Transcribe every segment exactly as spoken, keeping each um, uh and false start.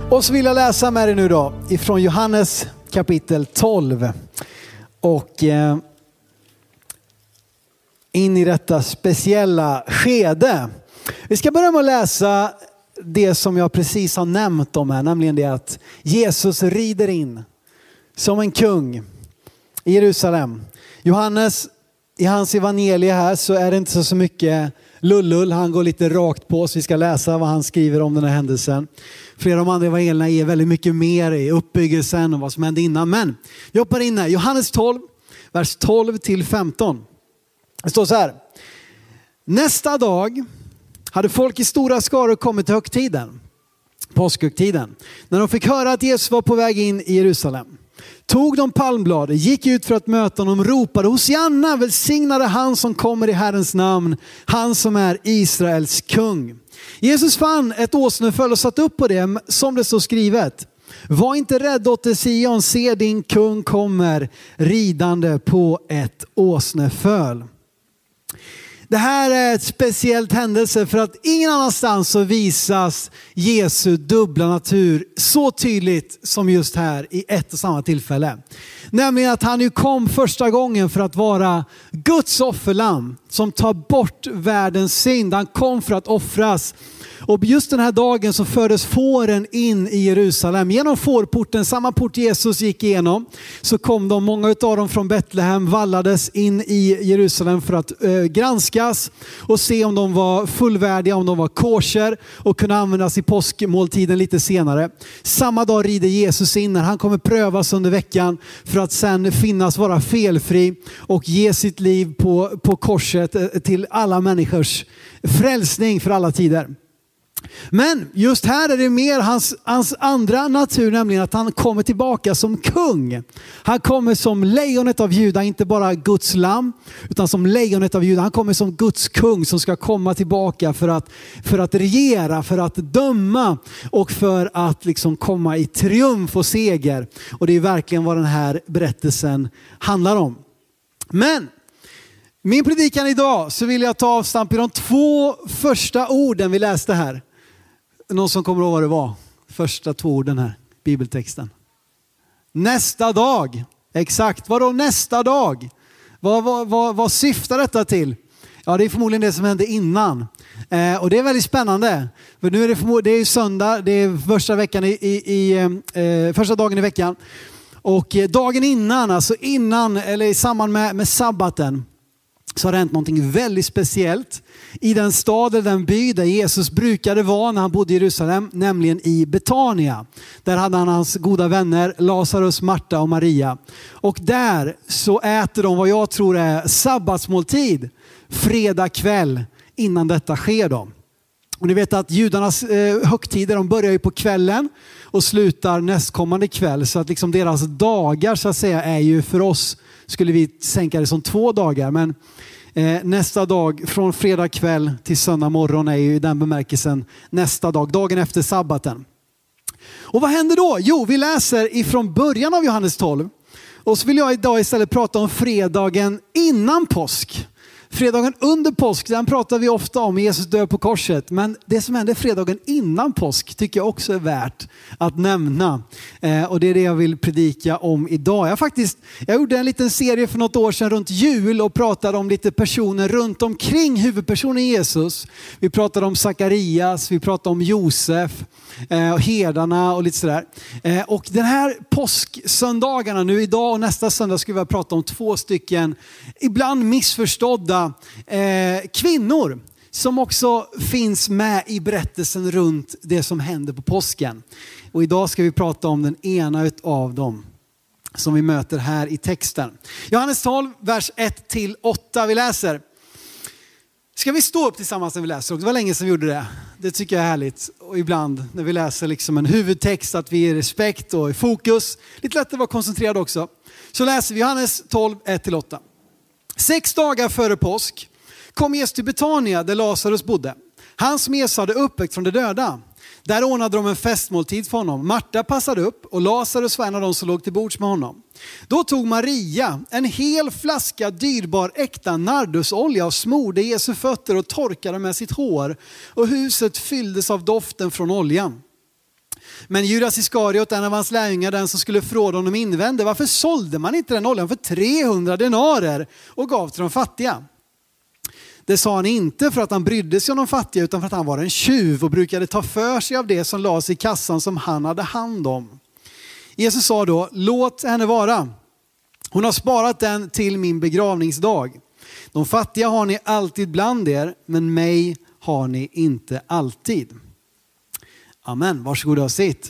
Och så vill jag läsa med dig nu då ifrån Johannes kapitel tolv. Och eh, in i detta speciella skede. Vi ska börja med att läsa det som jag precis har nämnt om här. Nämligen det att Jesus rider in som en kung i Jerusalem. Johannes, i hans evangelie här så är det inte så, så mycket lullull. Han går lite rakt på, så vi ska läsa vad han skriver om den här händelsen. Flera av de andra evangelierna är väldigt mycket mer i uppbyggelsen och vad som hände innan. Men vi hoppar in här. Johannes tolv, vers tolv till femton. Det står så här. Nästa dag hade folk i stora skaror kommit till högtiden, påskhögtiden. När de fick höra att Jesus var på väg in i Jerusalem. Tog de palmblad, gick ut för att möta honom, ropade: Hosianna, välsignade han som kommer i Herrens namn, han som är Israels kung. Jesus fann ett åsneföl och satt upp på det, som det står skrivet. Var inte rädd, dotter Sion, se din kung kommer ridande på ett åsneföl. Det här är ett speciellt händelse för att ingen annanstans så visas Jesu dubbla natur så tydligt som just här i ett och samma tillfälle. Nämligen att han ju kom första gången för att vara Guds offerlamm som tar bort världens synd. Han kom för att offras. Och just den här dagen så fördes fåren in i Jerusalem. Genom fårporten, samma port Jesus gick igenom, så kom de, många av dem från Betlehem, vallades in i Jerusalem för att eh, granskas och se om de var fullvärdiga, om de var kosher och kunde användas i påskmåltiden lite senare. Samma dag rider Jesus in när han kommer prövas under veckan för att sen finnas, vara felfri och ge sitt liv på, på korset eh, till alla människors frälsning för alla tider. Men just här är det mer hans, hans andra natur, nämligen att han kommer tillbaka som kung. Han kommer som lejonet av Juda, inte bara Guds lamm, utan som lejonet av Juda. Han kommer som Guds kung som ska komma tillbaka för att, för att regera, för att döma och för att liksom komma i triumf och seger. Och det är verkligen vad den här berättelsen handlar om. Men min predikan idag så vill jag ta avstamp i de två första orden vi läste här. Någon som kommer ihåg vad det var? Första två orden här, bibeltexten. Nästa dag. Exakt, vadå nästa dag? Vad, vad, vad, vad syftar detta till? Ja, det är förmodligen det som hände innan. Eh, och det är väldigt spännande. För nu är det, förmod- det är söndag, det är första, veckan i, i, i, eh, första dagen i veckan. Och eh, dagen innan, alltså innan eller i samband med, med sabbaten, så har det hänt någonting väldigt speciellt i den stad eller den by där Jesus brukade vara när han bodde i Jerusalem, nämligen i Betania. Där hade han hans goda vänner Lazarus, Marta och Maria. Och där så äter de vad jag tror är sabbatsmåltid fredag kväll innan detta sker då. Och ni vet att judarnas eh, högtider, de börjar ju på kvällen och slutar nästkommande kväll. Så att liksom deras dagar så att säga är ju, för oss skulle vi sänka det som två dagar. Men eh, nästa dag från fredag kväll till söndag morgon är ju i den bemärkelsen nästa dag. Dagen efter sabbaten. Och vad händer då? Jo, vi läser ifrån början av Johannes tolv. Och så vill jag idag istället prata om fredagen innan påsk. Fredagen under påsk, den pratar vi ofta om, Jesus dör på korset. Men det som hände fredagen innan påsk tycker jag också är värt att nämna. Eh, och det är det jag vill predika om idag. Jag, faktiskt, jag gjorde en liten serie för något år sedan runt jul och pratade om lite personer runt omkring huvudpersonen Jesus. Vi pratade om Sakarias, vi pratade om Josef, eh, och herdarna och lite sådär. Eh, och den här påsksöndagarna, nu idag och nästa söndag, skulle vi prata om två stycken ibland missförstådda Eh, kvinnor som också finns med i berättelsen runt det som händer på påsken. Och idag ska vi prata om den ena av dem som vi möter här i texten. Johannes tolv, vers ett till åtta. Vi läser. Ska vi stå upp tillsammans när vi läser? Det var länge sedan vi gjorde det. Det tycker jag är härligt. Och ibland när vi läser liksom en huvudtext att vi är i respekt och i fokus. Lite lätt att vara koncentrerad också. Så läser vi Johannes tolv, ett till åtta. Sex dagar före påsk kom Jesus till Betania där Lazarus bodde. Han som Jesus hade uppväckt från de döda. Där ordnade de en festmåltid för honom. Marta passade upp och Lazarus var en av de som låg till bords med honom. Då tog Maria en hel flaska dyrbar äkta nardusolja och smorde Jesu fötter och torkade med sitt hår. Och huset fylldes av doften från oljan. Men Judas Iskariot, en av hans lärjungar, den som skulle fråga honom, invände: varför sålde man inte den oljan för trehundra denarer och gav till de fattiga? Det sa han inte för att han brydde sig om de fattiga, utan för att han var en tjuv och brukade ta för sig av det som lades i kassan som han hade hand om. Jesus sa då: låt henne vara. Hon har sparat den till min begravningsdag. De fattiga har ni alltid bland er, men mig har ni inte alltid. Amen. Varsågod och sitt.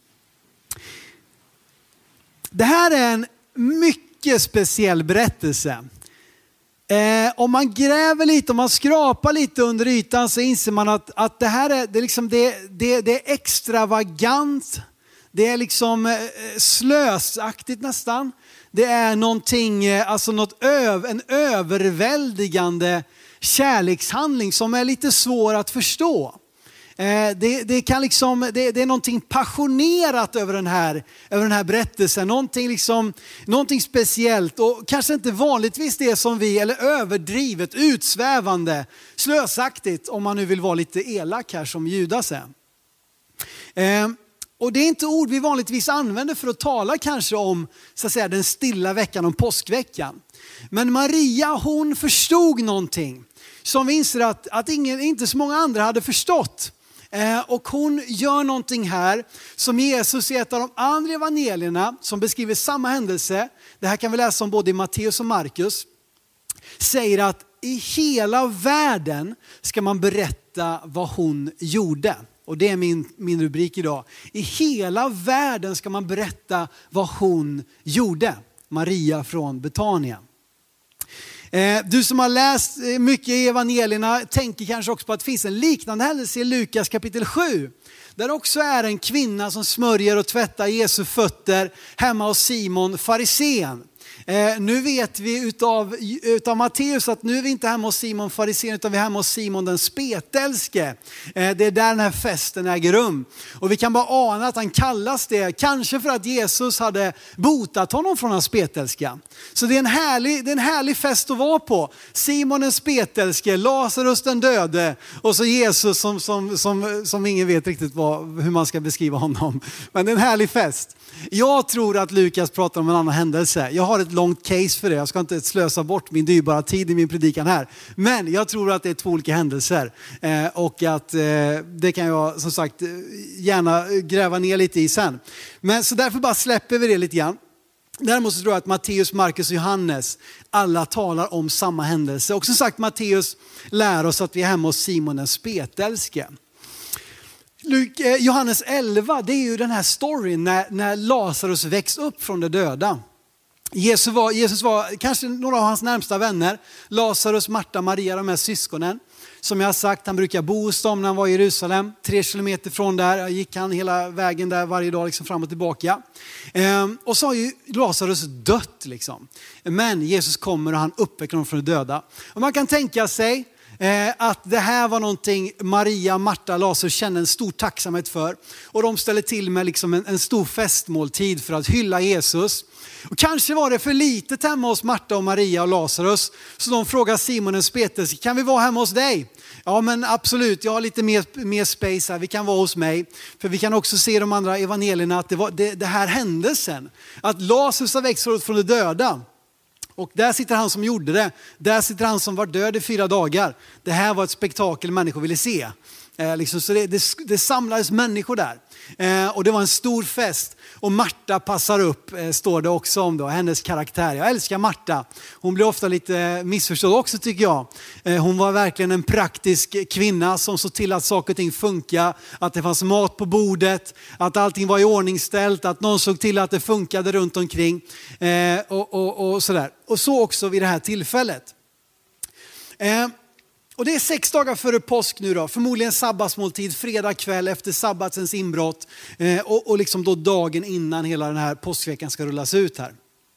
Det här är en mycket speciell berättelse. Eh, om man gräver lite, om man skrapar lite under ytan, så inser man att, att det här är, det är, liksom, det, det, det är extravagant. Det är liksom eh, slösaktigt nästan. Det är någonting, eh, alltså något öv, en överväldigande kärlekshandling som är lite svår att förstå. Eh, det, det, kan liksom, det, det är någonting passionerat över den här, över den här berättelsen. Någonting, liksom, någonting speciellt och kanske inte vanligtvis det som vi, eller överdrivet, utsvävande, slösaktigt, om man nu vill vara lite elak här som Judas är. Eh, och det är inte ord vi vanligtvis använder för att tala kanske om, så att säga, den stilla veckan, om påskveckan. Men Maria, hon förstod någonting som vi inser att, att ingen, inte så många andra hade förstått. Eh, och hon gör någonting här som Jesus i ett av de andra evangelierna som beskriver samma händelse. Det här kan vi läsa om både i Matteus och Markus. Säger att i hela världen ska man berätta vad hon gjorde. Och det är min, min rubrik idag. I hela världen ska man berätta vad hon gjorde. Maria från Betania. Du som har läst mycket i evangelierna tänker kanske också på att det finns en liknande händelse i Lukas kapitel sju. Där också är en kvinna som smörjer och tvättar Jesu fötter hemma hos Simon farisén. Eh, nu vet vi utav, utav Matteus att nu är vi inte hemma hos Simon farisén, utan vi är hemma hos Simon den spetälske. Eh, det är där den här festen äger rum. Och vi kan bara ana att han kallas det, kanske för att Jesus hade botat honom från hans spetälska. Så det är en härlig, det är en härlig fest att vara på. Simon den spetälske, Lazarus den döde och så Jesus som, som, som, som ingen vet riktigt vad, hur man ska beskriva honom. Men det är en härlig fest. Jag tror att Lukas pratar om en annan händelse. Jag har ett långt case för det. Jag ska inte slösa bort min dyrbara tid i min predikan här. Men jag tror att det är två olika händelser. Eh, och att eh, det kan jag som sagt gärna gräva ner lite i sen. Men så därför bara släpper vi det lite grann. Däremot så tror jag att Matteus, Markus och Johannes alla talar om samma händelse. Och som sagt, Matteus lär oss att vi är hemma hos Simon den spetälske. Johannes elva, det är ju den här storyn när, när Lazarus väcks upp från de döda. Jesus var, Jesus var kanske några av hans närmsta vänner. Lazarus, Marta, Maria, de här syskonen. Som jag har sagt, han brukar bo hos dem när han var i Jerusalem. Tre kilometer från där gick han hela vägen där varje dag liksom fram och tillbaka. Ehm, och så har ju Lazarus dött liksom. Men Jesus kommer och han uppväcker honom från de döda. Och man kan tänka sig Eh, att det här var någonting Maria, Marta, Lazarus kände en stor tacksamhet för. Och de ställde till med liksom en, en stor festmåltid för att hylla Jesus. Och kanske var det för litet hemma hos Marta och Maria och Lazarus. Så de frågar Simon den spetälske, kan vi vara hemma hos dig? Ja men absolut, jag har lite mer, mer space här, vi kan vara hos mig. För vi kan också se i de andra evangelierna att det var det, det här händelsen. Att Lazarus har växt från de döda. Och där sitter han som gjorde det. Där sitter han som var död i fyra dagar. Det här var ett spektakel människor ville se. Eh, liksom, så det, det, det samlades människor där. Eh, och det var en stor fest. Och Marta passar upp, eh, står det också om då, hennes karaktär. Jag älskar Marta. Hon blir ofta lite missförstådd också tycker jag. Eh, hon var verkligen en praktisk kvinna som såg till att saker och ting funkar. Att det fanns mat på bordet. Att allting var i ordningställt. Att någon såg till att det funkade runt omkring. Eh, och, och, och sådär. Och så också vid det här tillfället. Eh, Och det är sex dagar före påsk nu då. Förmodligen sabbatsmåltid, fredag kväll efter sabbatsens inbrott. Eh, och, och liksom då dagen innan hela den här påskveckan ska rullas ut här.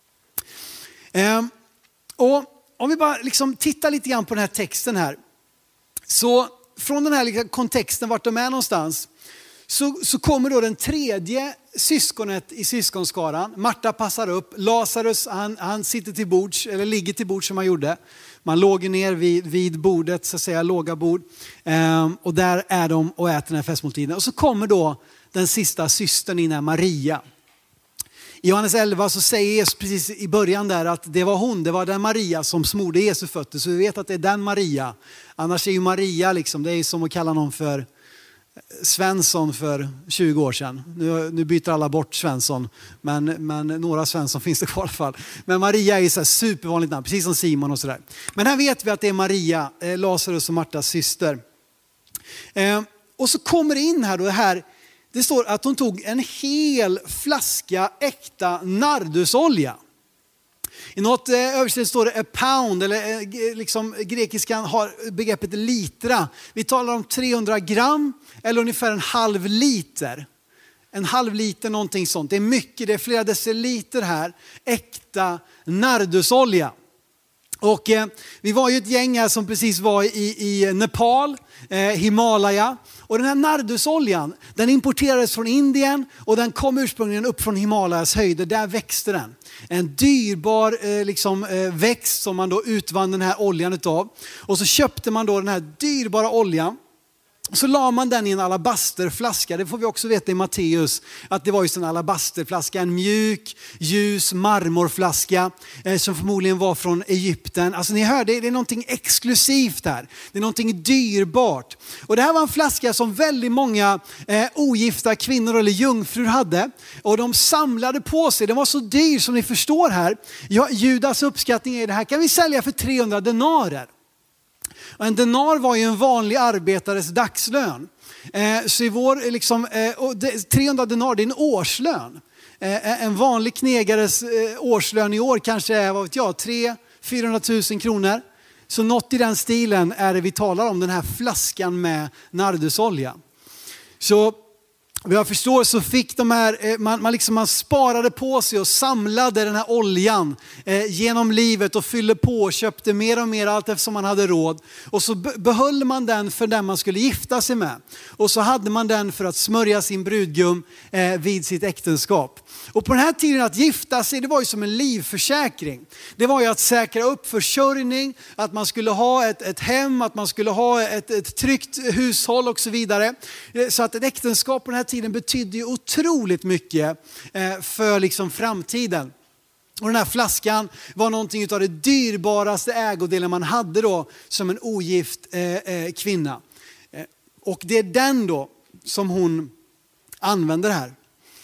Eh, och om vi bara liksom tittar lite grann på den här texten här. Så från den här liksom kontexten vart de är någonstans. Så, så kommer då den tredje syskonet i syskonskaran. Marta passar upp. Lazarus han, han sitter till bords, eller ligger till bords som han gjorde. Man låg ner vid, vid bordet, så att säga låga bord. Ehm, och där är de och äter den här festmåltiden. Och så kommer då den sista systern in är Maria. I Johannes elva så säger Jesus precis i början där att det var hon, det var den Maria som smorde Jesu fötter. Så vi vet att det är den Maria. Annars är ju Maria liksom, det är ju som att kalla någon för Svensson för tjugo år sedan. Nu, nu byter alla bort Svensson, men, men några Svensson finns det kvar i alla fall. Men Maria är så här supervanligt namn, precis som Simon och sådär. Men här vet vi att det är Maria, eh, Lazarus och Martas syster. Eh, och så kommer det in här då det här. Det står att hon tog en hel flaska äkta nardusolja. I något översättning står det a pound, eller liksom grekiskan har begreppet litra. Vi talar om trehundra gram eller ungefär en halv liter. En halv liter, någonting sånt. Det är mycket, det är flera deciliter här. Äkta nardusolja. Och eh, vi var ju ett gäng här som precis var i, i Nepal, eh, Himalaya. Och den här nardusoljan, den importerades från Indien och den kom ursprungligen upp från Himalayas höjder. Där växte den. En dyrbar eh, liksom, eh, växt som man då utvann den här oljan utav. Och så köpte man då den här dyrbara oljan. Så la man den i en alabasterflaska. Det får vi också veta i Matteus. Att det var just en alabasterflaska. En mjuk, ljus marmorflaska. Eh, som förmodligen var från Egypten. Alltså ni hör, det, det är någonting exklusivt här. Det är någonting dyrbart. Och det här var en flaska som väldigt många eh, ogifta kvinnor eller jungfrur hade. Och de samlade på sig. Den var så dyr som ni förstår här. Ja, Judas uppskattning är det här kan vi sälja för trehundra denarer. Och en denar var ju en vanlig arbetares dagslön. Eh, så i vår, liksom, eh, och det, trehundra denar det är en årslön. Eh, en vanlig knegares eh, årslön i år kanske är vad vet jag, tre till fyrahundratusen kronor. Så något i den stilen är det vi talar om, den här flaskan med nardusolja. Så vad jag förstår så fick de här, man, man, liksom, man sparade på sig och samlade den här oljan eh, genom livet och fyllde på och köpte mer och mer allt eftersom man hade råd. Och så be- behöll man den för den man skulle gifta sig med. Och så hade man den för att smörja sin brudgum eh, vid sitt äktenskap. Och på den här tiden att gifta sig, det var ju som en livförsäkring. Det var ju att säkra upp försörjning, att man skulle ha ett, ett hem, att man skulle ha ett, ett tryggt hushåll och så vidare. Så att ett äktenskap på den här tiden betydde ju otroligt mycket för liksom framtiden. Och den här flaskan var någonting av det dyrbaraste ägodelen man hade då som en ogift eh, kvinna. Och det är den då som hon använder här.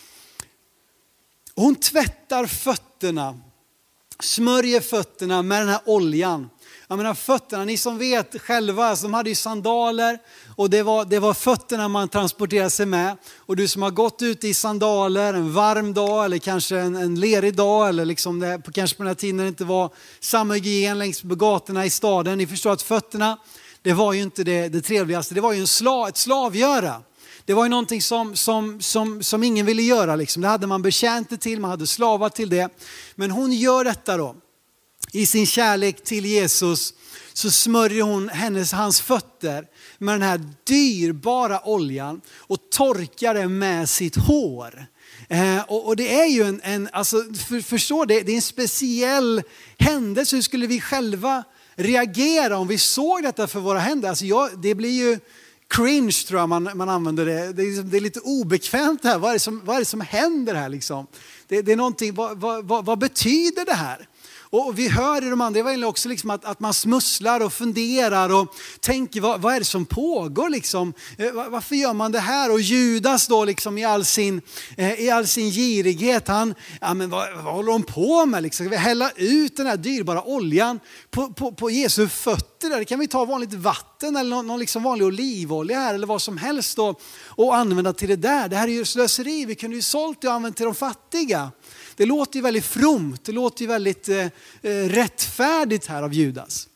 Hon tvättar fötterna, smörjer fötterna med den här oljan. Jag menar fötterna, ni som vet själva, som hade ju sandaler och det var, det var fötterna man transporterade sig med. Och du som har gått ut i sandaler en varm dag eller kanske en, en lerig dag eller liksom det, kanske på den här tiden när det inte var samma hygien längs gatorna i staden. Ni förstår att fötterna, det var ju inte det, det trevligaste, det var ju en slav, ett slavgöra. Det var ju någonting som, som, som, som ingen ville göra. Liksom. Det hade man betjänt det till, man hade slavat till det. Men hon gör detta då. I sin kärlek till Jesus så smörjer hon hennes, hans fötter med den här dyrbara oljan och torkar det med sitt hår. Eh, och, och det är ju en, en alltså, för, förstår det, det är en speciell händelse. Hur skulle vi själva reagera om vi såg detta för våra händer? Alltså jag, det blir ju cringe tror jag man, man använder det. Det är, det är lite obekvämt här. Vad är det som, vad är det som händer här liksom? Det, det är någonting, vad, vad, vad, vad betyder det här? Och vi hör i de andra evangelierna också liksom att, att man smusslar och funderar och tänker vad, vad är det som pågår liksom? Varför gör man det här? Och Judas då liksom i all sin, i all sin girighet, han, ja men vad, vad håller de på med liksom? Ska vi hälla ut den här dyrbara oljan på, på, på Jesu fötter? Där kan vi ta vanligt vatten eller någon, någon liksom vanlig olivolja här eller vad som helst då och använda till det där. Det här är ju slöseri, vi kunde ju sålt det och använt till de fattiga. Det låter ju väldigt fromt, det låter ju väldigt eh, rättfärdigt här av Judas.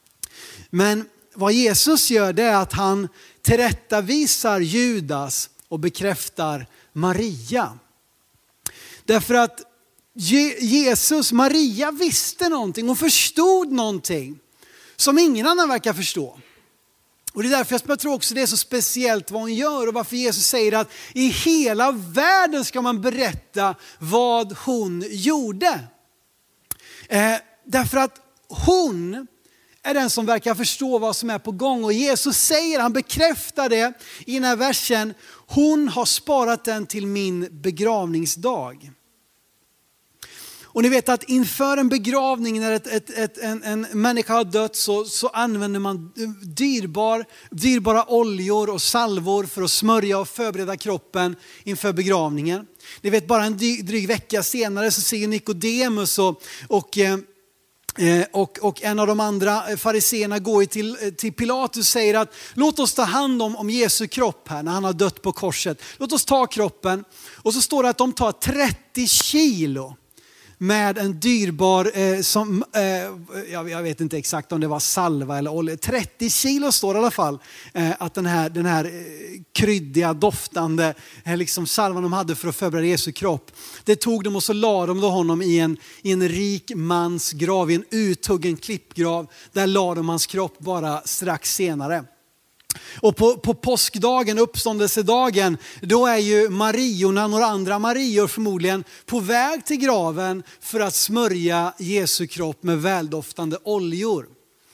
Men vad Jesus gör det är att han tillrättavisar Judas och bekräftar Maria. Därför att Jesus, Maria visste någonting och förstod någonting som ingen annan verkar förstå. Och det är därför jag tror också det är så speciellt vad hon gör och varför Jesus säger att i hela världen ska man berätta vad hon gjorde. Eh, därför att hon är den som verkar förstå vad som är på gång. Och Jesus säger, han bekräftar det i den här versen. Hon har sparat den till min begravningsdag. Och ni vet att inför en begravning när ett, ett, ett, en, en människa har dött så, så använder man dyrbar, dyrbara oljor och salvor för att smörja och förbereda kroppen inför begravningen. Ni vet bara en dryg vecka senare så ser Nikodemus och, och, och, och en av de andra fariseerna går till, till Pilatus och säger att låt oss ta hand om, om Jesu kropp här när han har dött på korset. Låt oss ta kroppen. Och så står det att de tar trettio kilo. Med en dyrbar, eh, som, eh, jag, jag vet inte exakt om det var salva eller olja. trettio kilo står i alla fall. Eh, att den här, den här eh, kryddiga, doftande eh, liksom salvan de hade för att förbereda Jesu kropp. Det tog de och så la de då honom i en, i en rik mans grav, i en uthuggen klippgrav. Där la de hans kropp bara strax senare. Och på, på påskdagen, uppståndelsedagen, då är ju Mariorna, några andra Marior förmodligen, på väg till graven för att smörja Jesu kropp med väldoftande oljor.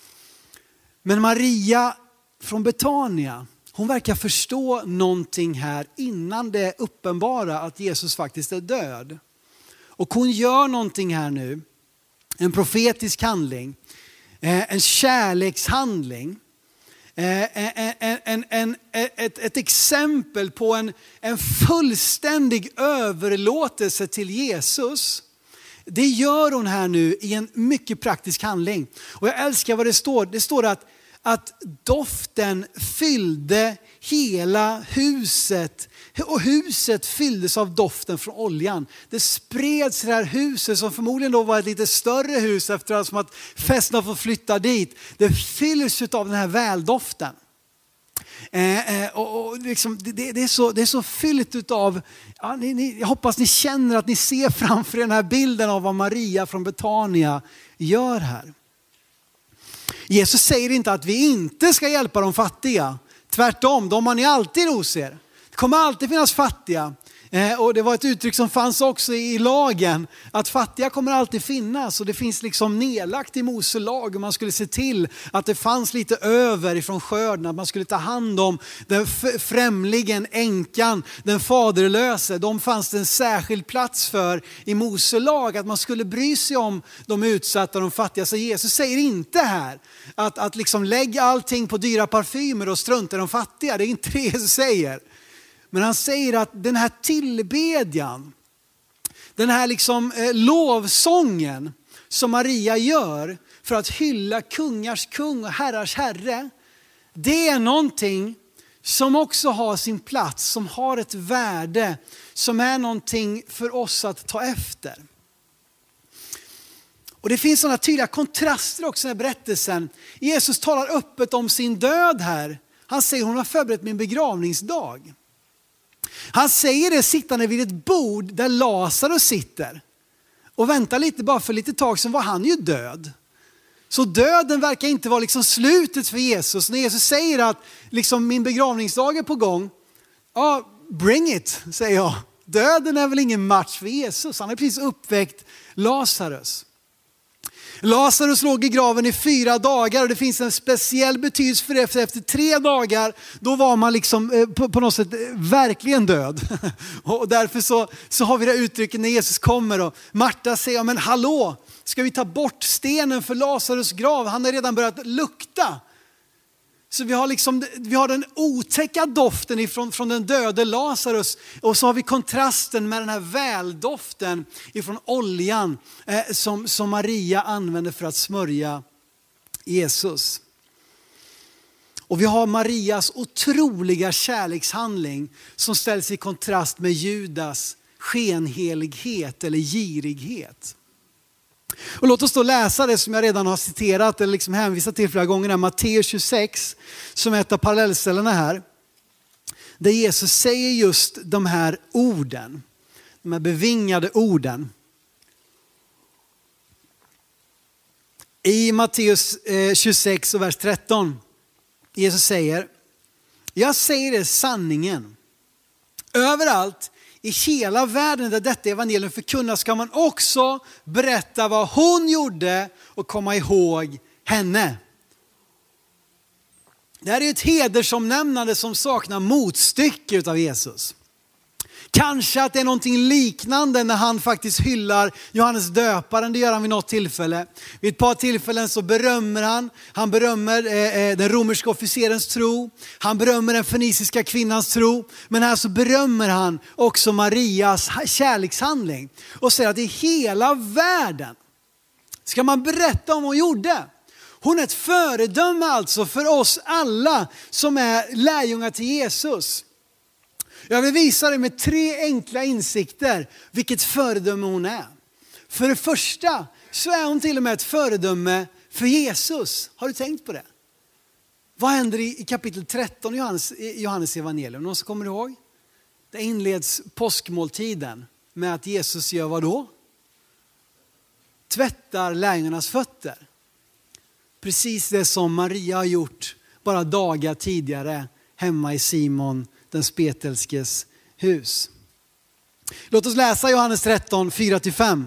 Men Maria från Betania, hon verkar förstå någonting här innan det uppenbara att Jesus faktiskt är död. Och hon gör någonting här nu, en profetisk handling, en kärlekshandling. En, en, en, en, ett, ett exempel på en, en fullständig överlåtelse till Jesus. Det gör hon här nu i en mycket praktisk handling. Och jag älskar vad det står. Det står att, att doften fyllde hela huset. Och huset fylldes av doften från oljan. Det spreds i det här huset som förmodligen då var ett lite större hus eftersom att festen får flytta dit. Det fylls av den här väldoften. Eh, och, och liksom, det, det, är så, det är så fyllt av, ja, ni, ni, jag hoppas ni känner att ni ser framför den här bilden av vad Maria från Betania gör här. Jesus säger inte att vi inte ska hjälpa de fattiga. Tvärtom, de har ni alltid hos er. Det kommer alltid finnas fattiga. Eh, och det var ett uttryck som fanns också i lagen. Att fattiga kommer alltid finnas. Och det finns liksom nedlagt i Mose lag. Och man skulle se till att det fanns lite över ifrån skörden. Att man skulle ta hand om den främlingen, änkan, den faderlöse. De fanns det en särskild plats för i Mose lag. Att man skulle bry sig om de utsatta och de fattiga. Så Jesus säger inte här att, att liksom lägga allting på dyra parfymer och strunta i de fattiga. Det är inte det Jesus säger. Men han säger att den här tillbedjan, den här liksom eh, lovsången som Maria gör för att hylla kungars kung och herrars herre. Det är någonting som också har sin plats, som har ett värde, som är någonting för oss att ta efter. Och det finns sådana tydliga kontraster också i den här berättelsen. Jesus talar öppet om sin död här. Han säger hon har förberett min begravningsdag. Han säger det sittande vid ett bord där Lazarus sitter. Och vänta lite, bara för lite tag sedan var han ju död. Så döden verkar inte vara liksom slutet för Jesus. När Jesus säger att liksom min begravningsdag är på gång. Ja, bring it, säger jag. Döden är väl ingen match för Jesus. Han har precis uppväckt Lazarus. Lazarus låg i graven i fyra dagar och det finns en speciell betydelse för det. För efter tre dagar då var man liksom på, på något sätt verkligen död. Och därför så, så har vi det uttrycket när Jesus kommer och Marta säger, men hallå, ska vi ta bort stenen för Lazarus grav? Han har redan börjat lukta. Så vi har, liksom, vi har den otäcka doften ifrån, från den döde Lazarus. Och så har vi kontrasten med den här väldoften ifrån oljan eh, som, som Maria använde för att smörja Jesus. Och vi har Marias otroliga kärlekshandling som ställs i kontrast med Judas skenhelighet eller girighet. Och låt oss då läsa det som jag redan har citerat eller liksom hänvisat till flera gånger. Matteus tjugosex som är ett av parallellställena här. Där Jesus säger just de här orden. De här bevingade orden. I Matteus tjugosex och vers tretton. Jesus säger, jag säger er sanningen. Överallt i hela världen där detta evangelium förkunnas ska man också berätta vad hon gjorde och komma ihåg henne. Det här är ett hedersomnämnande som saknar motstycke utav Jesus. Kanske att det är någonting liknande när han faktiskt hyllar Johannes döparen. Det gör han vid något tillfälle. Vid ett par tillfällen så berömmer han. Han berömmer eh, den romerska officerens tro. Han berömmer den feniciska kvinnans tro. Men här så berömmer han också Marias kärlekshandling. Och säger att i hela världen ska man berätta om vad hon gjorde. Hon är ett föredöme alltså för oss alla som är lärjungar till Jesus. Jag vill visa dig med tre enkla insikter vilket föredöme hon är. För det första så är hon till och med ett föredöme för Jesus. Har du tänkt på det? Vad händer i kapitel tretton i Johannes, Johannes evangelium? Någon som kommer ihåg? Det inleds påskmåltiden med att Jesus gör vad då? Tvättar lärjungarnas fötter. Precis det som Maria har gjort bara dagar tidigare hemma i Simon den spetälskes hus. Låt oss läsa Johannes tretton, fyra till fem.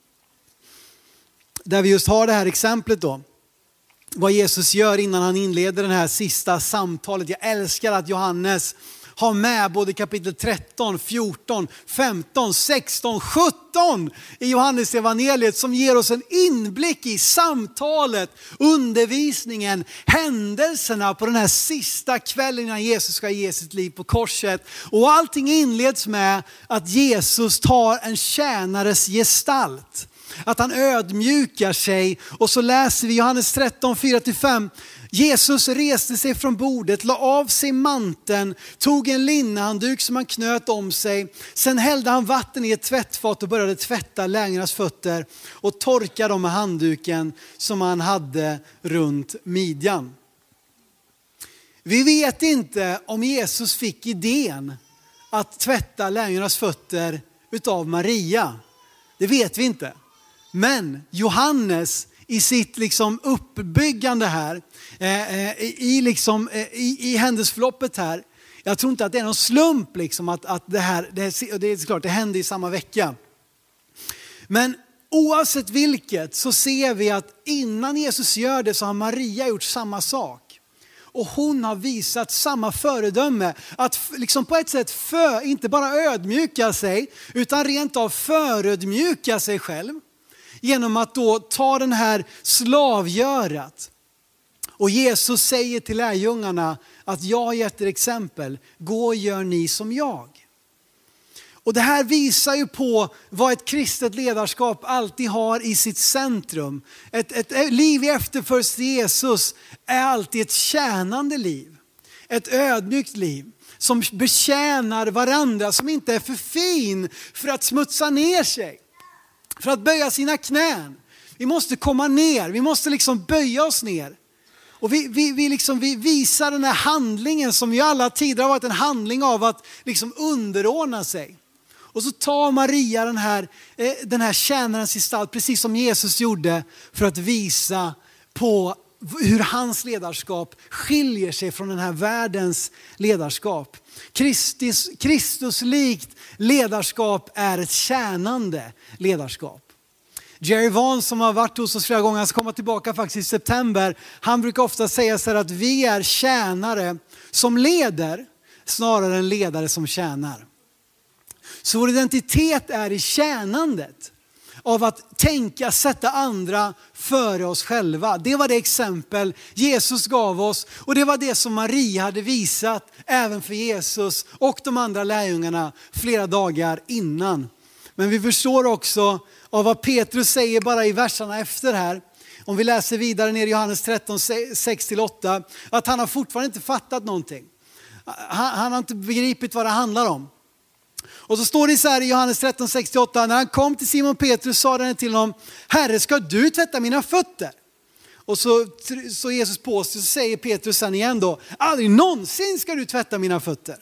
Där vi just har det här exemplet då. Vad Jesus gör innan han inleder den här sista samtalet. Jag älskar att Johannes har med både kapitel tretton, fjorton, femton, sexton, sjutton i Johannes evangeliet som ger oss en inblick i samtalet, undervisningen, händelserna på den här sista kvällen innan Jesus ska ge sitt liv på korset. Och allting inleds med att Jesus tar en tjänares gestalt. Att han ödmjukar sig. Och så läser vi Johannes tretton, fyra till fem. Jesus reste sig från bordet, la av sig manteln, tog en linnehandduk som han knöt om sig. Sen hällde han vatten i ett tvättfat och började tvätta lärjungarnas fötter och torka dem med handduken som han hade runt midjan. Vi vet inte om Jesus fick idén att tvätta lärjungarnas fötter utav Maria. Det vet vi inte. Men Johannes i sitt liksom uppbyggande här, eh, i, liksom, eh, i, i händelseförloppet här. Jag tror inte att det är någon slump liksom att, att det här, det, det är klart det hände i samma vecka. Men oavsett vilket så ser vi att innan Jesus gör det så har Maria gjort samma sak. Och hon har visat samma föredöme. Att liksom på ett sätt för, inte bara ödmjuka sig utan rent av förödmjuka sig själv. Genom att då ta den här slavgörat. Och Jesus säger till lärjungarna att jag har gett er exempel. Gå och gör ni som jag. Och det här visar ju på vad ett kristet ledarskap alltid har i sitt centrum. Ett, ett liv i efterföljelse till Jesus är alltid ett tjänande liv. Ett ödmjukt liv. Som betjänar varandra. Som inte är för fin för att smutsa ner sig. För att böja sina knän. Vi måste komma ner. Vi måste liksom böja oss ner. Och vi, vi, vi, liksom, vi visar den här handlingen som ju alla tider har varit en handling av att liksom underordna sig. Och så tar Maria den här, den här tjänarens gestalt precis som Jesus gjorde för att visa på hur hans ledarskap skiljer sig från den här världens ledarskap. Kristus, Kristus likt ledarskap är ett tjänande ledarskap. Jerry Vaughn som har varit hos oss flera gånger, han ska komma tillbaka faktiskt i september. Han brukar ofta säga så här att vi är tjänare som leder snarare än ledare som tjänar. Så vår identitet är i tjänandet. Av att tänka, sätta andra före oss själva. Det var det exempel Jesus gav oss. Och det var det som Maria hade visat även för Jesus och de andra lärjungarna flera dagar innan. Men vi förstår också av vad Petrus säger bara i verserna efter här. Om vi läser vidare ner i Johannes tretton, sex till åtta. Att han har fortfarande inte fattat någonting. Han, han har inte begripit vad det handlar om. Och så står det så här i Johannes tretton, sextioåtta. När han kom till Simon Petrus sa han till honom: Herre, ska du tvätta mina fötter? Och så, så Jesus på sig, så säger Petrus sen igen då: aldrig någonsin ska du tvätta mina fötter.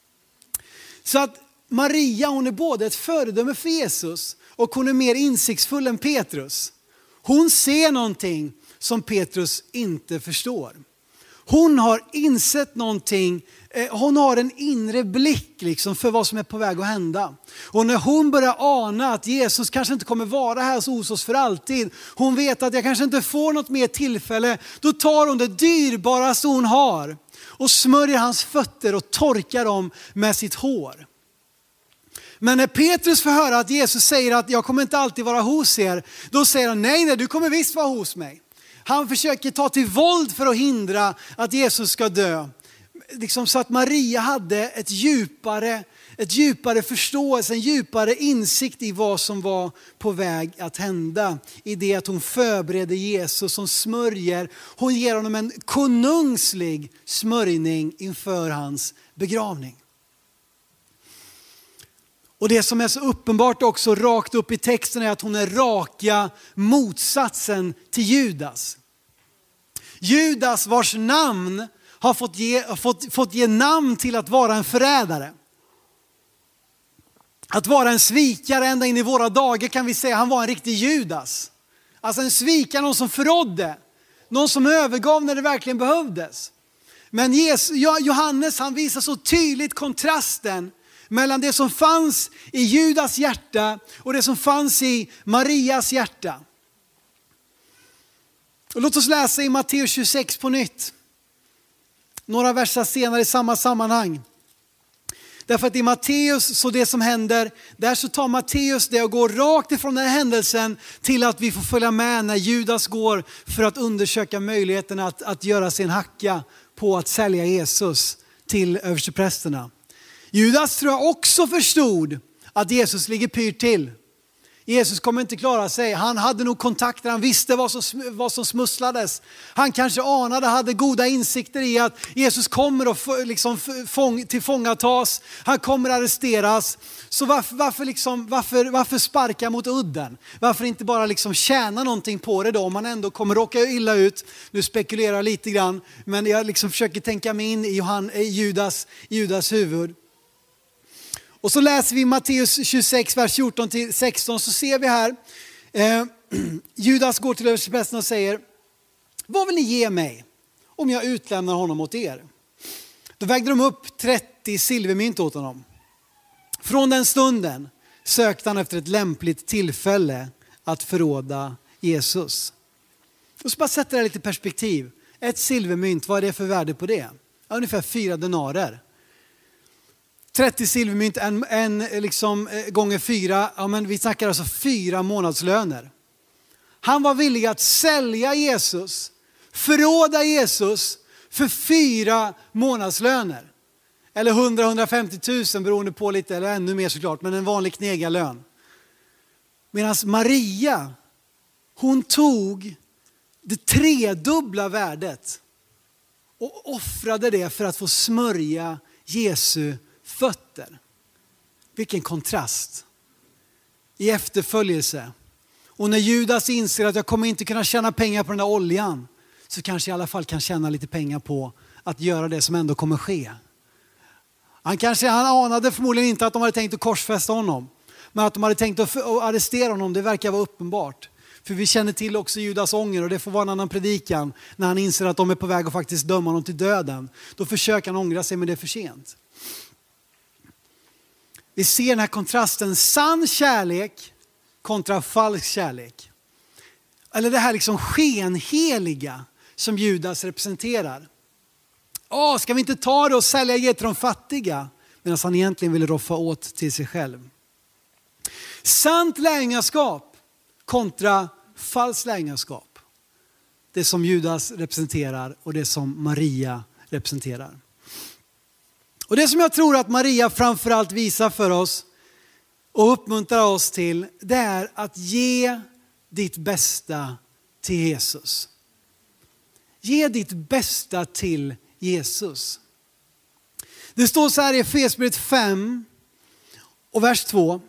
Så att Maria, hon är både ett föredöme för Jesus och hon är mer insiktsfull än Petrus. Hon ser någonting som Petrus inte förstår. Hon har insett någonting hon har en inre blick liksom för vad som är på väg att hända. Och när hon börjar ana att Jesus kanske inte kommer vara här hos oss för alltid. Hon vet att jag kanske inte får något mer tillfälle. Då tar hon det dyrbaraste hon har och smörjer hans fötter och torkar dem med sitt hår. Men när Petrus får höra att Jesus säger att jag kommer inte alltid vara hos er. Då säger han nej, nej, du kommer visst vara hos mig. Han försöker ta till våld för att hindra att Jesus ska dö. Liksom så att Maria hade ett djupare, ett djupare förståelse, en djupare insikt i vad som var på väg att hända. I det att hon förbereder Jesus som smörjer. Hon ger honom en konungslig smörjning inför hans begravning. Och det som är så uppenbart också rakt upp i texten är att hon är raka motsatsen till Judas. Judas vars namn har fått ge, fått, fått ge namn till att vara en förrädare. Att vara en svikare ända in i våra dagar kan vi säga han var en riktig Judas. Alltså en svikare, någon som förrådde. Någon som övergav när det verkligen behövdes. Men Jesus, Johannes han visar så tydligt kontrasten mellan det som fanns i Judas hjärta och det som fanns i Marias hjärta. Och låt oss läsa i Matteus tjugosex på nytt. Några verser senare i samma sammanhang. Därför att i Matteus så det som händer, där så tar Matteus det och går rakt ifrån den här händelsen till att vi får följa med när Judas går för att undersöka möjligheten att, att göra sin hacka på att sälja Jesus till översteprästerna. Judas tror jag också förstod att Jesus ligger pyrt till. Jesus kommer inte klara sig. Han hade nog kontakter, han visste vad som, vad som smusslades. Han kanske anade, hade goda insikter i att Jesus kommer att liksom fång, tillfångatas. Han kommer att arresteras. Så varför, varför, liksom, varför, varför sparka mot udden? Varför inte bara liksom tjäna någonting på det då? Om man ändå kommer råka illa ut. Nu spekulerar jag lite grann. Men jag liksom försöker tänka mig in i, Johan, i Judas, Judas huvud. Och så läser vi Matteus tjugosex, vers fjorton till sexton, så ser vi här. Eh, Judas går till översteprästen och säger, vad vill ni ge mig om jag utlämnar honom åt er? Då vägde de upp trettio silvermynt åt honom. Från den stunden sökte han efter ett lämpligt tillfälle att förråda Jesus. Och så bara sätter det lite i perspektiv. Ett silvermynt, vad är det för värde på det? Ja, ungefär fyra denarer. trettio silvermynt, en, en liksom, gånger fyra, ja, men vi snackar alltså fyra månadslöner. Han var villig att sälja Jesus, förråda Jesus för fyra månadslöner. Eller hundra till hundrafemtio tusen beroende på lite, eller ännu mer såklart, men en vanlig knegarlön. Medan Maria, hon tog det tredubbla värdet och offrade det för att få smörja Jesu fötter. Vilken kontrast i efterföljelse. Och när Judas inser att jag kommer inte kunna tjäna pengar på den där oljan, så kanske i alla fall kan tjäna lite pengar på att göra det som ändå kommer ske. Han kanske han anade förmodligen inte att de hade tänkt att korsfästa honom, men att de hade tänkt att arrestera honom, det verkar vara uppenbart. För vi känner till också Judas ånger, och det får vara en annan predikan när han inser att de är på väg att faktiskt döma honom till döden. Då försöker han ångra sig, men det är för sent. Vi ser den här kontrasten, sann kärlek kontra falsk kärlek. Eller det här liksom skenheliga som Judas representerar. Åh, ska vi inte ta det och sälja ge till de fattiga? Medan han egentligen vill roffa åt till sig själv. Sant lärjungaskap kontra falskt lärjungaskap. Det som Judas representerar och det som Maria representerar. Och det som jag tror att Maria framförallt visar för oss och uppmuntrar oss till, det är att ge ditt bästa till Jesus. Ge ditt bästa till Jesus. Det står så här i Efesierbrevet fem och vers två.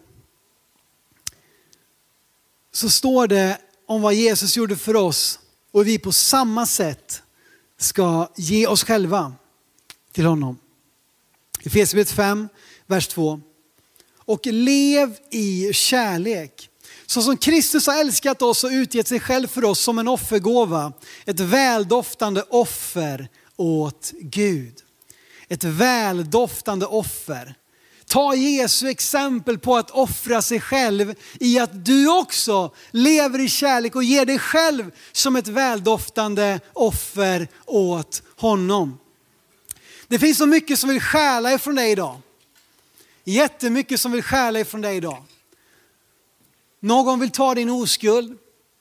Så står det om vad Jesus gjorde för oss, och vi på samma sätt ska ge oss själva till honom. Efesierbrevet fem, vers två. Och lev i kärlek. Så som Kristus har älskat oss och utgett sig själv för oss som en offergåva. Ett väldoftande offer åt Gud. Ett väldoftande offer. Ta Jesu exempel på att offra sig själv i att du också lever i kärlek och ger dig själv som ett väldoftande offer åt honom. Det finns så mycket som vill stjäla ifrån dig idag. Jättemycket som vill stjäla ifrån dig idag. Någon vill ta din oskuld.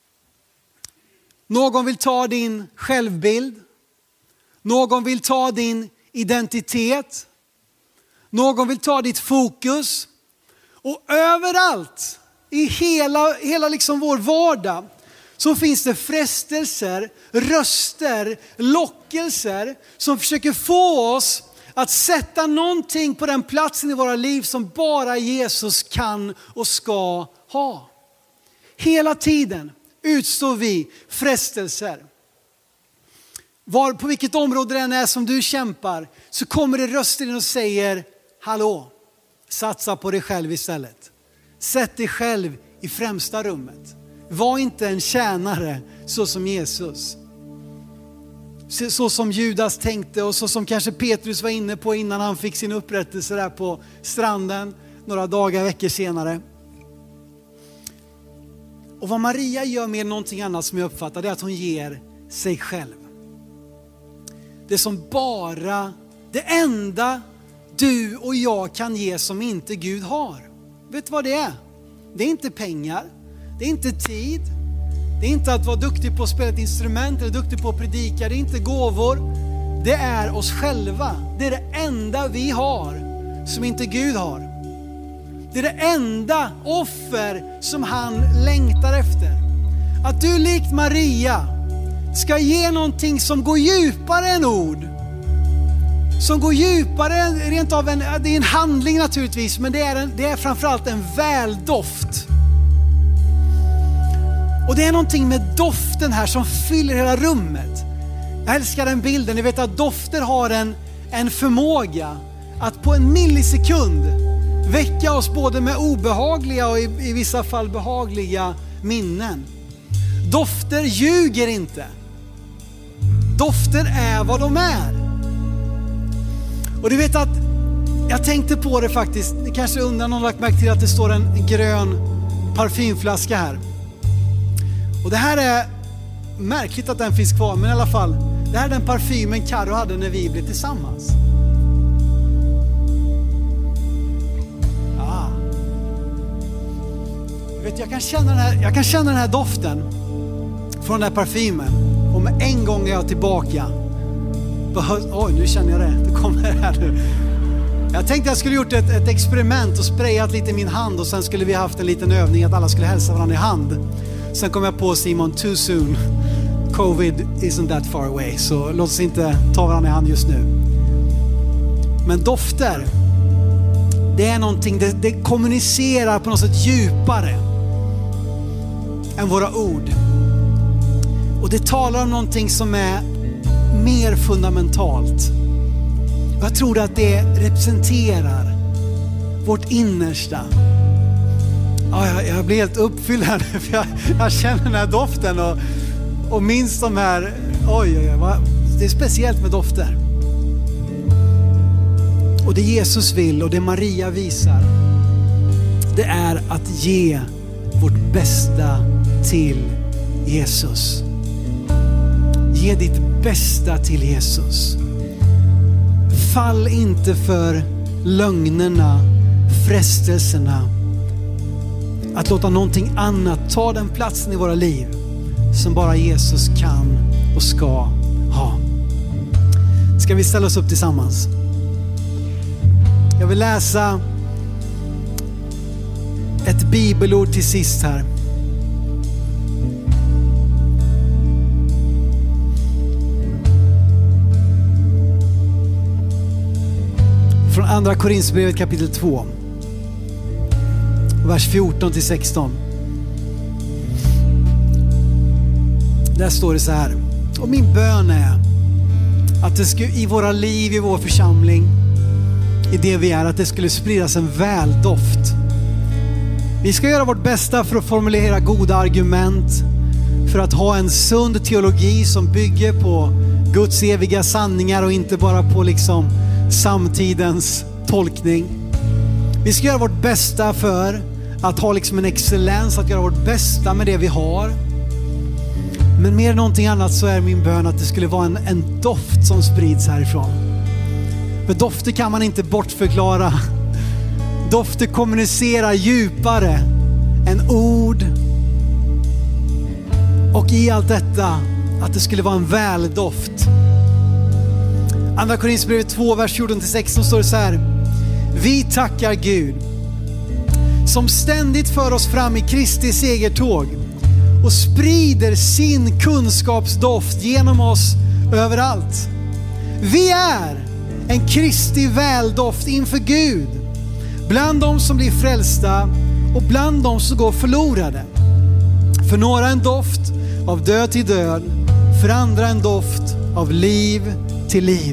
Någon vill ta din självbild. Någon vill ta din identitet. Någon vill ta ditt fokus. Och överallt i hela, hela liksom vår vardag så finns det frestelser, röster, lockelser som försöker få oss att sätta någonting på den platsen i våra liv som bara Jesus kan och ska ha. Hela tiden utstår vi frestelser. Var, på vilket område det än är som du kämpar så kommer det röster in och säger: hallå, satsa på dig själv istället. Sätt dig själv i främsta rummet. Var inte en tjänare så som Jesus. Så som Judas tänkte och så som kanske Petrus var inne på innan han fick sin upprättelse där på stranden några dagar, veckor senare. Och vad Maria gör med någonting annat som jag uppfattar, det är att hon ger sig själv. Det som bara, det enda du och jag kan ge som inte Gud har. Vet du vad det är? Det är inte pengar. Det är inte tid. Det är inte att vara duktig på att spela ett instrument eller duktig på att predika. Det är inte gåvor. Det är oss själva. Det är det enda vi har som inte Gud har. Det är det enda offer som han längtar efter. Att du likt Maria ska ge någonting som går djupare än ord. Som går djupare, rent av en, det är en handling naturligtvis, men det är, en, det är framförallt en väldoft. Och det är någonting med doften här som fyller hela rummet. Jag älskar den bilden. Ni vet att dofter har en, en förmåga att på en millisekund väcka oss både med obehagliga och i, i vissa fall behagliga minnen. Dofter ljuger inte. Dofter är vad de är. Och du vet att jag tänkte på det faktiskt. Ni kanske undrar, någon lagt märke till att det står en grön parfymflaska här. Och det här är märkligt att den finns kvar, men i alla fall. Det här är den parfymen Karo hade när vi blev tillsammans. Ah. Du vet, jag kan känna den här, jag kan känna den här doften från den här parfymen. Och med en gång är jag tillbaka. Oj, nu känner jag det. Det kommer här nu. Jag tänkte jag skulle gjort ett, ett experiment och sprayat lite i min hand och sen skulle vi haft en liten övning att alla skulle hälsa varandra i hand. Sen kom jag på, Simon, too soon. Covid isn't that far away. Så låt oss inte ta varandra i hand just nu. Men dofter, det är någonting, det, det kommunicerar på något sätt djupare än våra ord. Och det talar om någonting som är mer fundamentalt. Jag tror att det representerar vårt innersta. Ja, jag, jag blir helt uppfylld här nu, för jag, jag känner den här doften och, och minns de här. Oj, oj, oj, det är speciellt med dofter. Och det Jesus vill och det Maria visar, det är att ge vårt bästa till Jesus. Ge ditt bästa till Jesus. Fall inte för lögnerna, frestelserna. Att låta någonting annat ta den platsen i våra liv som bara Jesus kan och ska ha. Ska vi ställa oss upp tillsammans? Jag vill läsa ett bibelord till sist här. Från andra Korinthierbrevet kapitel två. Vers fjorton till sexton. Där står det så här. Och min bön är att det skulle, i våra liv, i vår församling, i det vi är, att det skulle spridas en väldoft. Vi ska göra vårt bästa för att formulera goda argument, för att ha en sund teologi som bygger på Guds eviga sanningar och inte bara på liksom samtidens tolkning. Vi ska göra vårt bästa för att ha liksom en excellens, att göra vårt bästa med det vi har. Men mer än någonting annat så är min bön att det skulle vara en, en doft som sprids härifrån. För dofter kan man inte bortförklara. Dofter kommunicerar djupare än ord. Och i allt detta, att det skulle vara en väldoft. Andra Korinthierbrevet två, vers fjorton till sexton står det så här. Vi tackar Gud som ständigt för oss fram i Kristi segertåg och sprider sin kunskapsdoft genom oss överallt. Vi är en Kristi väldoft inför Gud, bland de som blir frälsta och bland de som går förlorade. För några en doft av död till död, för andra en doft av liv till liv.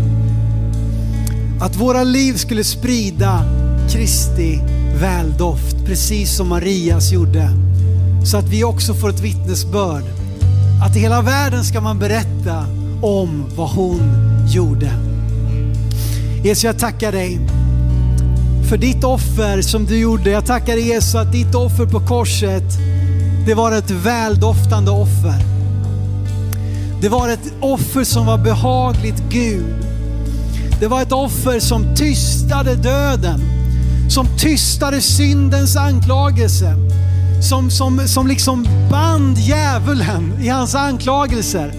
Att våra liv skulle sprida Kristi väldoft, precis som Marias gjorde. Så att vi också får ett vittnesbörd. Att i hela världen ska man berätta om vad hon gjorde. Jesus, jag tackar dig för ditt offer som du gjorde. Jag tackar dig, Jesus, att ditt offer på korset, det var ett väldoftande offer. Det var ett offer som var behagligt Gud. Det var ett offer som tystade döden. Som tystade syndens anklagelse. Som, som, som liksom band djävulen i hans anklagelser.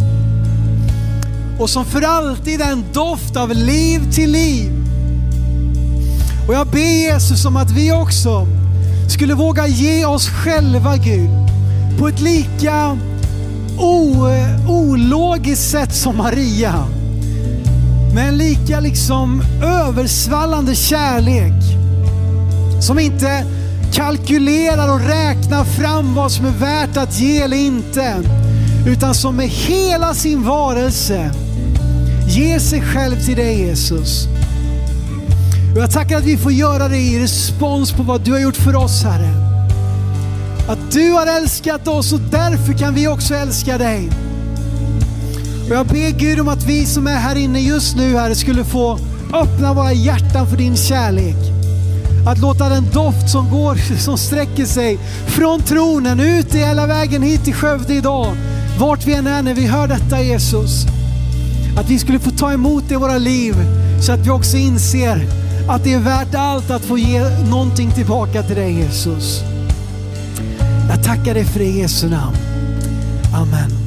Och som för alltid en doft av liv till liv. Och jag ber Jesus om att vi också skulle våga ge oss själva, Gud, på ett lika o, ologiskt sätt som Maria. Med en lika liksom översvallande kärlek. Som inte kalkylerar och räknar fram vad som är värt att ge eller inte. Utan som med hela sin varelse ger sig själv till dig, Jesus. Och jag tackar att vi får göra det i respons på vad du har gjort för oss, Herre. Att du har älskat oss och därför kan vi också älska dig. Och jag ber Gud om att vi som är här inne just nu, Herre, skulle få öppna våra hjärtan för din kärlek. Att låta den doft som går, som sträcker sig från tronen ut i hela vägen hit till Skövde idag. Vart vi än är när vi hör detta, Jesus. Att vi skulle få ta emot det i våra liv. Så att vi också inser att det är värt allt att få ge någonting tillbaka till dig, Jesus. Jag tackar dig för det i Jesu namn. Amen.